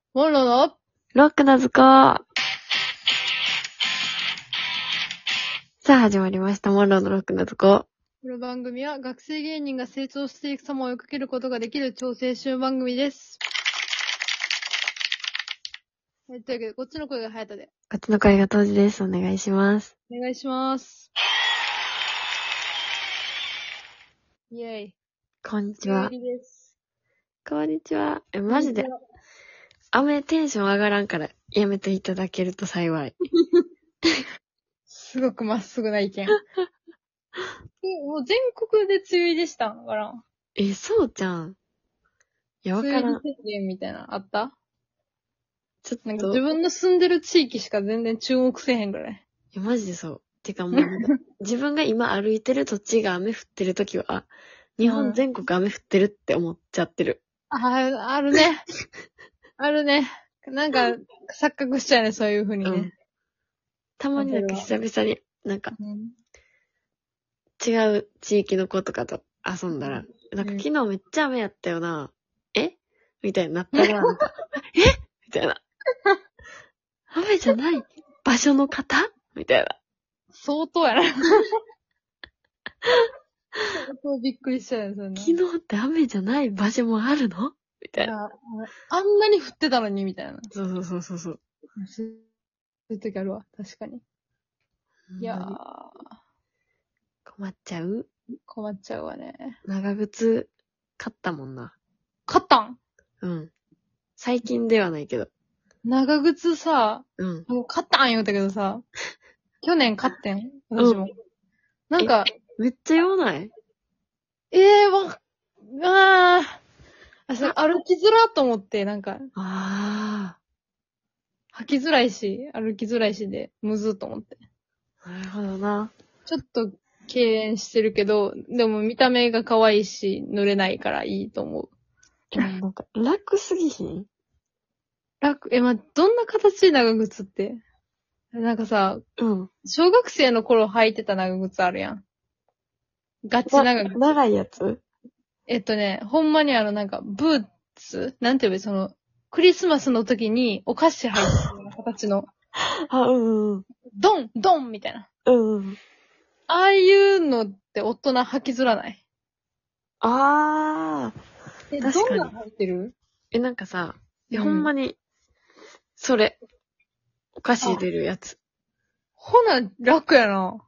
モンローのロックな図工。さあ始まりました。モンローのロックな図工。 この番組は学生芸人が成長していく様を追いかけることができる超青春番組です。というわけで、こっちの声が早田で。 こっちの声が当時です。お願いします。 お願いします。イェイ。 こんにちは。 ゆうりです。 こんにちは。マジで、雨テンション上がらんからやめていただけると幸い。 すごくまっすぐな意見。もう全国で梅雨入りしたんかな。 そうじゃん。いや、わからん。 梅雨入り宣言みたいなのあった？ ちょっと。 なんか自分の住んでる地域しか全然注目せえへんぐらい。 いや、マジでそう。てかもう、自分が今歩いてる土地が雨降ってる時は、日本全国雨降ってるって思っちゃってる。 あるね。あるね。なんか、錯覚しちゃうね、そういう風にね。 たまになんか久々に、なんか、違う地域の子とかと遊んだら、なんか昨日めっちゃ雨やったよな。みたいになったら、なんか、みたいな。雨じゃない場所の方みたいな。 相当やな。相当びっくりしちゃうよ、そんな。 昨日って雨じゃない場所もあるのみたいな。 あんなに降ってたのに、みたいな。 そう。 そういう時あるわ、確かに。いやー、 困っちゃう。 困っちゃうわね。 長靴、買ったもんな。 買ったん？ うん。最近ではないけど。 長靴さ、もう買ったん言うたけどさ、去年買ってん、私も。なんか、 めっちゃ言わない歩きづらと思って、なんか、履きづらいし、歩きづらいしで、むずっと思って。 なるほどな。 ちょっと敬遠してるけど、でも見た目が可愛いし、濡れないからいいと思う。 なんか、楽すぎひん？ 楽、どんな形長靴って。なんかさ、小学生の頃履いてた長靴あるやん。ガチ長靴。 長いやつ？ ほんまになんか、ブーツなんていうの、クリスマスの時にお菓子入ってるような形の。ドンみたいな。ああいうのって大人履きづらない？ 確かに。 どんな履いてる？ なんかさ、ほんまに、それ、お菓子入れるやつ。 ほな、楽やな。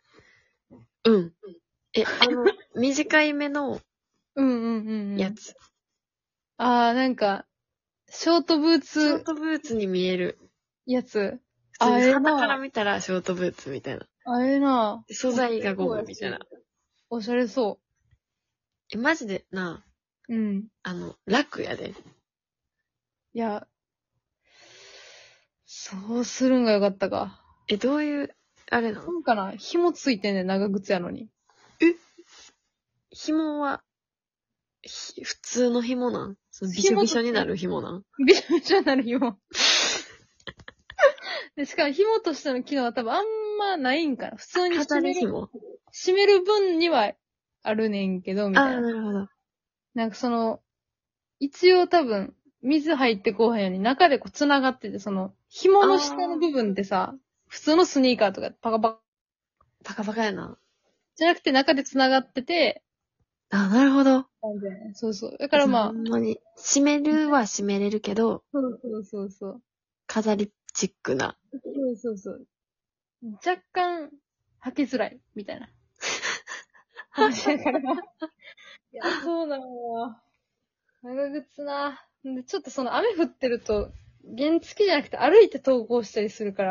短い目の、やつ。 なんか、ショートブーツ。 ショートブーツに見える。 やつ。 旗から見たらショートブーツみたいな。素材がゴムみたいな。 おしゃれそう。 マジでな。楽やで。 いや、そうするんがよかったか。 どういう、あれなの？ なんかな、紐ついてんねん、長靴やのに。 紐は、普通の紐なん？びしょびしょになる紐なん？ びしょびしょになる紐。で、しかも紐としての機能は多分あんまないんかな。普通に飾り紐？ 締める分にはあるねんけど、みたいな。 なるほど。 なんか一応多分、水入ってこうへんように中でこう繋がってて、紐の下の部分ってさ、普通のスニーカーとかパカパカやな。 じゃなくて中で繋がってて、 なるほど。 そうそう。だからまあ。 ほんまに、閉めるは閉めれるけど、 そう。 飾りチックな。 そう。若干、履きづらい、みたいな。話だから。いや、そうなのよ。長靴な。で、ちょっと雨降ってると、原付じゃなくて歩いて登校したりするから。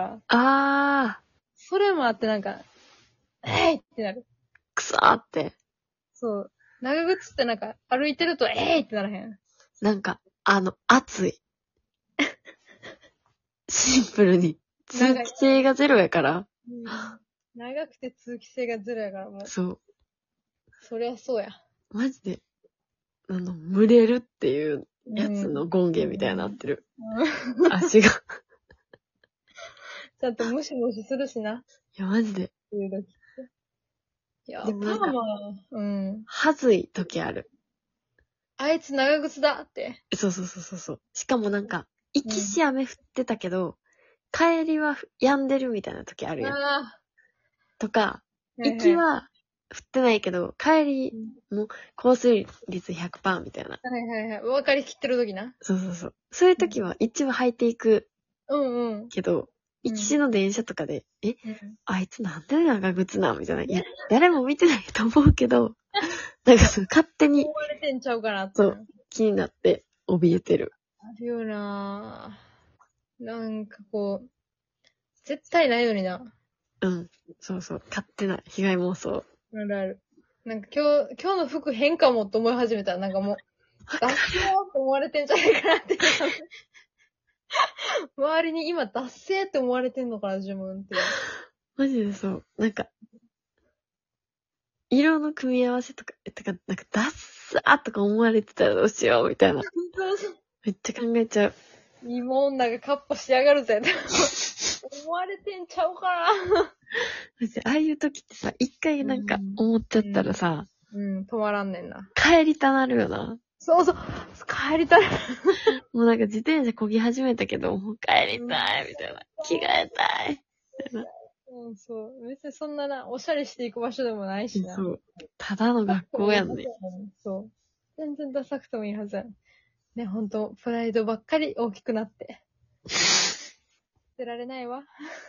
それもあってなんか、ってなる。 くそーって。 そう。長靴ってなんか、歩いてると、ってならへん。 なんか、暑い。シンプルに。通気性がゼロやから。 長くて通気性がゼロやからもう。 そう。 そりゃそうや。 マジで、蒸れるっていうやつの権限みたいになってる。足が。 ちゃんとムシムシするしな。 いや、マジで。 いや、でもなんか、 はずい時ある。 あいつ長靴だって。 そう。しかもなんか、 行きし雨降ってたけど、帰りは止んでるみたいな時あるやん。 あとか、 あ。 行きは降ってないけど、帰りうんも降水率100%みたいな。 はいはいはい。分かりきってる時な。 そうそうそう。そういう時は一応履いていくうんうん。 けど、行きしの電車とかで、 うん。 あいつなんで長靴なんみたいな。いや、誰も見てないと思うけど、なんか勝手に思われてんちゃうかなって。 そう気になって怯えてる。 あるよなぁ。なんかこう、絶対ないのにな。 うん。そうそう。勝手な被害妄想。 あるある。なんか今日の服変かもって思い始めたら、なんかもう、ダッセーって思われてんじゃないかなって。周りに今ダッセーって思われてんのかな、自分って。 マジでそう。なんか、色の組み合わせとか、なんかダッサーとか思われてたらどうしようみたいな。めっちゃ考えちゃう。 芋女がカッポしやがるぜ。思われてんちゃうかな。 マジでああいう時ってさ、一回なんか思っちゃったらさ、 止まらんねんな。 帰りたなるよな。 そうそう。帰りたい。 もうなんか自転車漕ぎ始めたけど、もう帰りたいみたいな。着替えたいみたいな。 うん、そう。別にそんなな、おしゃれしていく場所でもないしな。 そう。ただの学校やんね。 そう。全然ダサくてもいいはずやん。ね、ほんと、プライドばっかり大きくなって。捨てられないわ。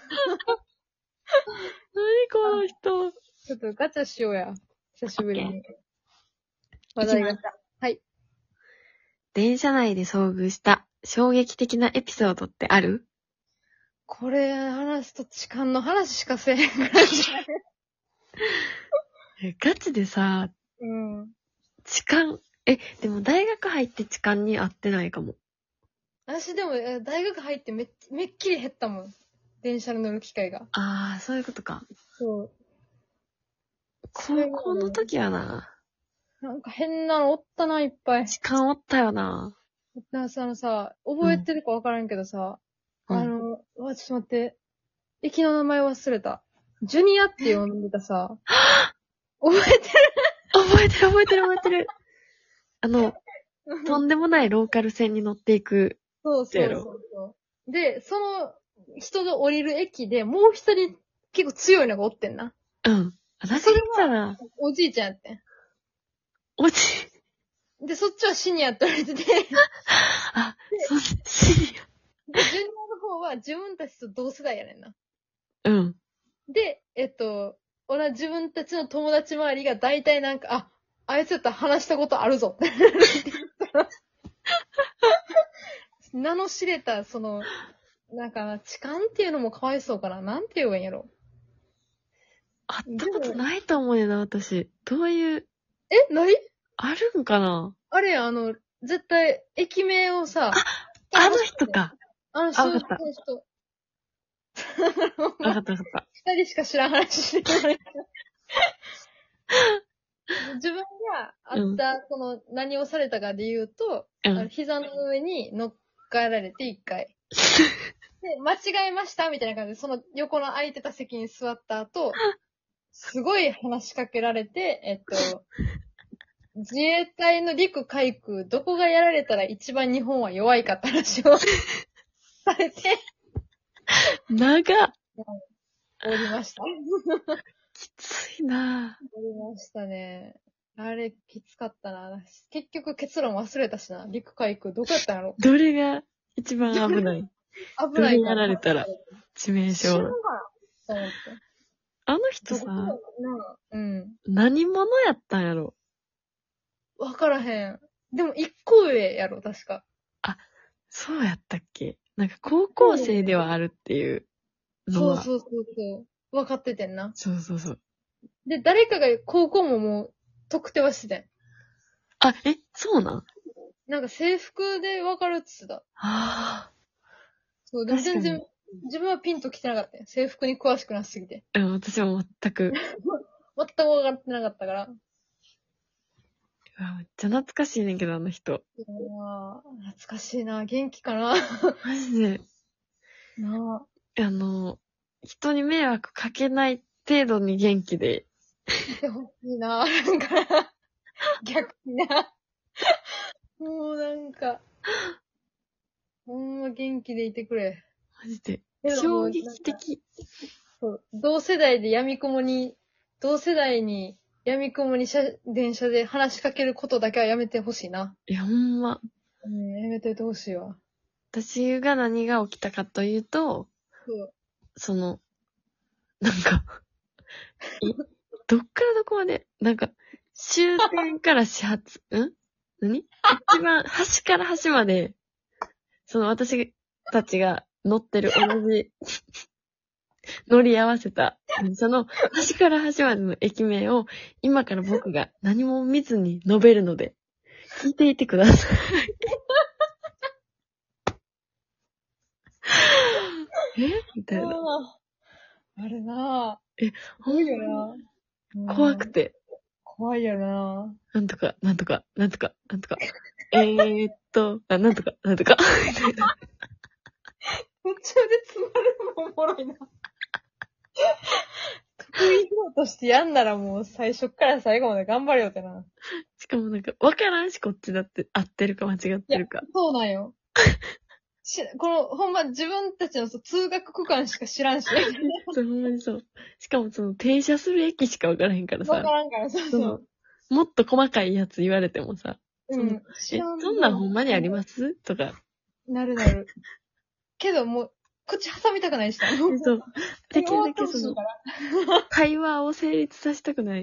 何この人。 ちょっとガチャしようや。久しぶりに。 話題が。 はい。 電車内で遭遇した衝撃的なエピソードってある？ これ話すと痴漢の話しかせえへんぐらいじゃない。 ガチでさ、 うん。 痴漢、でも大学入って痴漢に会ってないかも。 私でも、大学入ってめっきり減ったもん。電車に乗る機会が。 ああ、そういうことか。 そう。 高校の時はな、 なんか変なのおったな、いっぱい。 痴漢おったよな。 なんかさ、覚えてるかわからんけどさ、 うんちょっと待って、駅の名前忘れた。ジュニアって呼んでたさ、覚えて覚えてる。 るとんでもないローカル線に乗っていく。 そう。で、その人が降りる駅でもう一人結構強いのがおってんな。 うん。私が言ったら、 おじいちゃんやってん。 おじ、 で、そっちはシニアって言われてて、 あ、そう、シで、ジュニアの方は自分たちと同世代やねんな。 リア。うん。 で、俺は自分たちの友達周りが大体なんか、あいつやったら話したことあるぞ。名の知れた、なんか、痴漢っていうのもかわいそうかな。なんて言えばいいんやろ。 会ったことないと思うよな、私。どういう、 ないあるんかな？ あれや、絶対、駅名をさ、 あの人か。 あの人、 わかったわかった。 二人しか知らん話してない。自分があった、何をされたかで言うと、 うん。 膝の上に乗っかられて一回。で、間違えましたみたいな感じで、その横の空いてた席に座った後、すごい話しかけられて、自衛隊の陸海空、どこがやられたら一番日本は弱いかって話をされて、 長っ。 おりました。 きついなおりましたね。あれ、きつかったな。結局結論忘れたしな。陸海空、どこやったんやろ。 どれが一番危ない？ 危ないどれやられたら致命傷。 死ぬかなと思って。 あの人さ、何者やったんやろ？ わからへん。でも一個上やろ、確か。 そうやったっけ？なんか高校生ではあるっていうのは。 そう。分かっててんな。 そう。 で、誰かが高校ももう、特定はしててん。 あ、そうなん？ なんか制服で分かるって言ってた。 あそう、でも全然、自分はピンと来てなかったよ。制服に詳しくなすぎて。 あ。うん、私も全く。 全く分かってなかったから。 うわ、めっちゃ懐かしいねんけど、あの人。 懐かしいな。元気かな。 マジで。 な人に迷惑かけない程度に元気で。 いてほしいな。なんか、逆にな。もうなんか、ほんま元気でいてくれ。 マジで。 けども衝う撃的。 そう同世代に闇雲に電車で話しかけることだけはやめてほしいな。 いや、ほんま。 やめといてほしいわ。 私が何が起きたかというと、 そう。 なんか、どっからどこまで、終点から始発、何一番端から端まで、私たちが乗ってる同じ、乗り合わせた、端から端までの駅名を、今から僕が何も見ずに述べるので、聞いていてください。みたいな。 あれなぁ。 ほんよまな。 怖くて。 怖いよな。 なんとか。なんとか。なんとか。なんとか。なんとか。みたいな。 途中で詰まるのもおもろいな。得意票としてやんならもう最初から最後まで頑張れよってな。 しかもわからんし、こっちだって合ってるか間違ってるか。 そうなんよ。ほんま自分たちの通学区間しか知らんし。 そう、ほんまにそう。しかも停車する駅しかわからへんからさ。 わからんから、そうそう。 もっと細かいやつ言われてもさ。 知らん。 そんなんほんまにありますとか。 なる。けどもう、口挟みたくないしな。 そう。できるだけ会話を成立させたくない。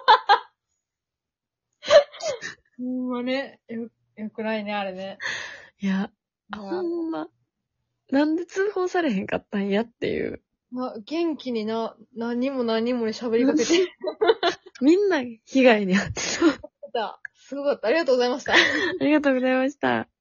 ほんまね。よくないね、あれね。 いや、ほんま。なんで通報されへんかったんやっていう。 元気に何もに喋りかけて。 みんな被害に遭ってそう。 すごかった。ありがとうございました。 ありがとうございました。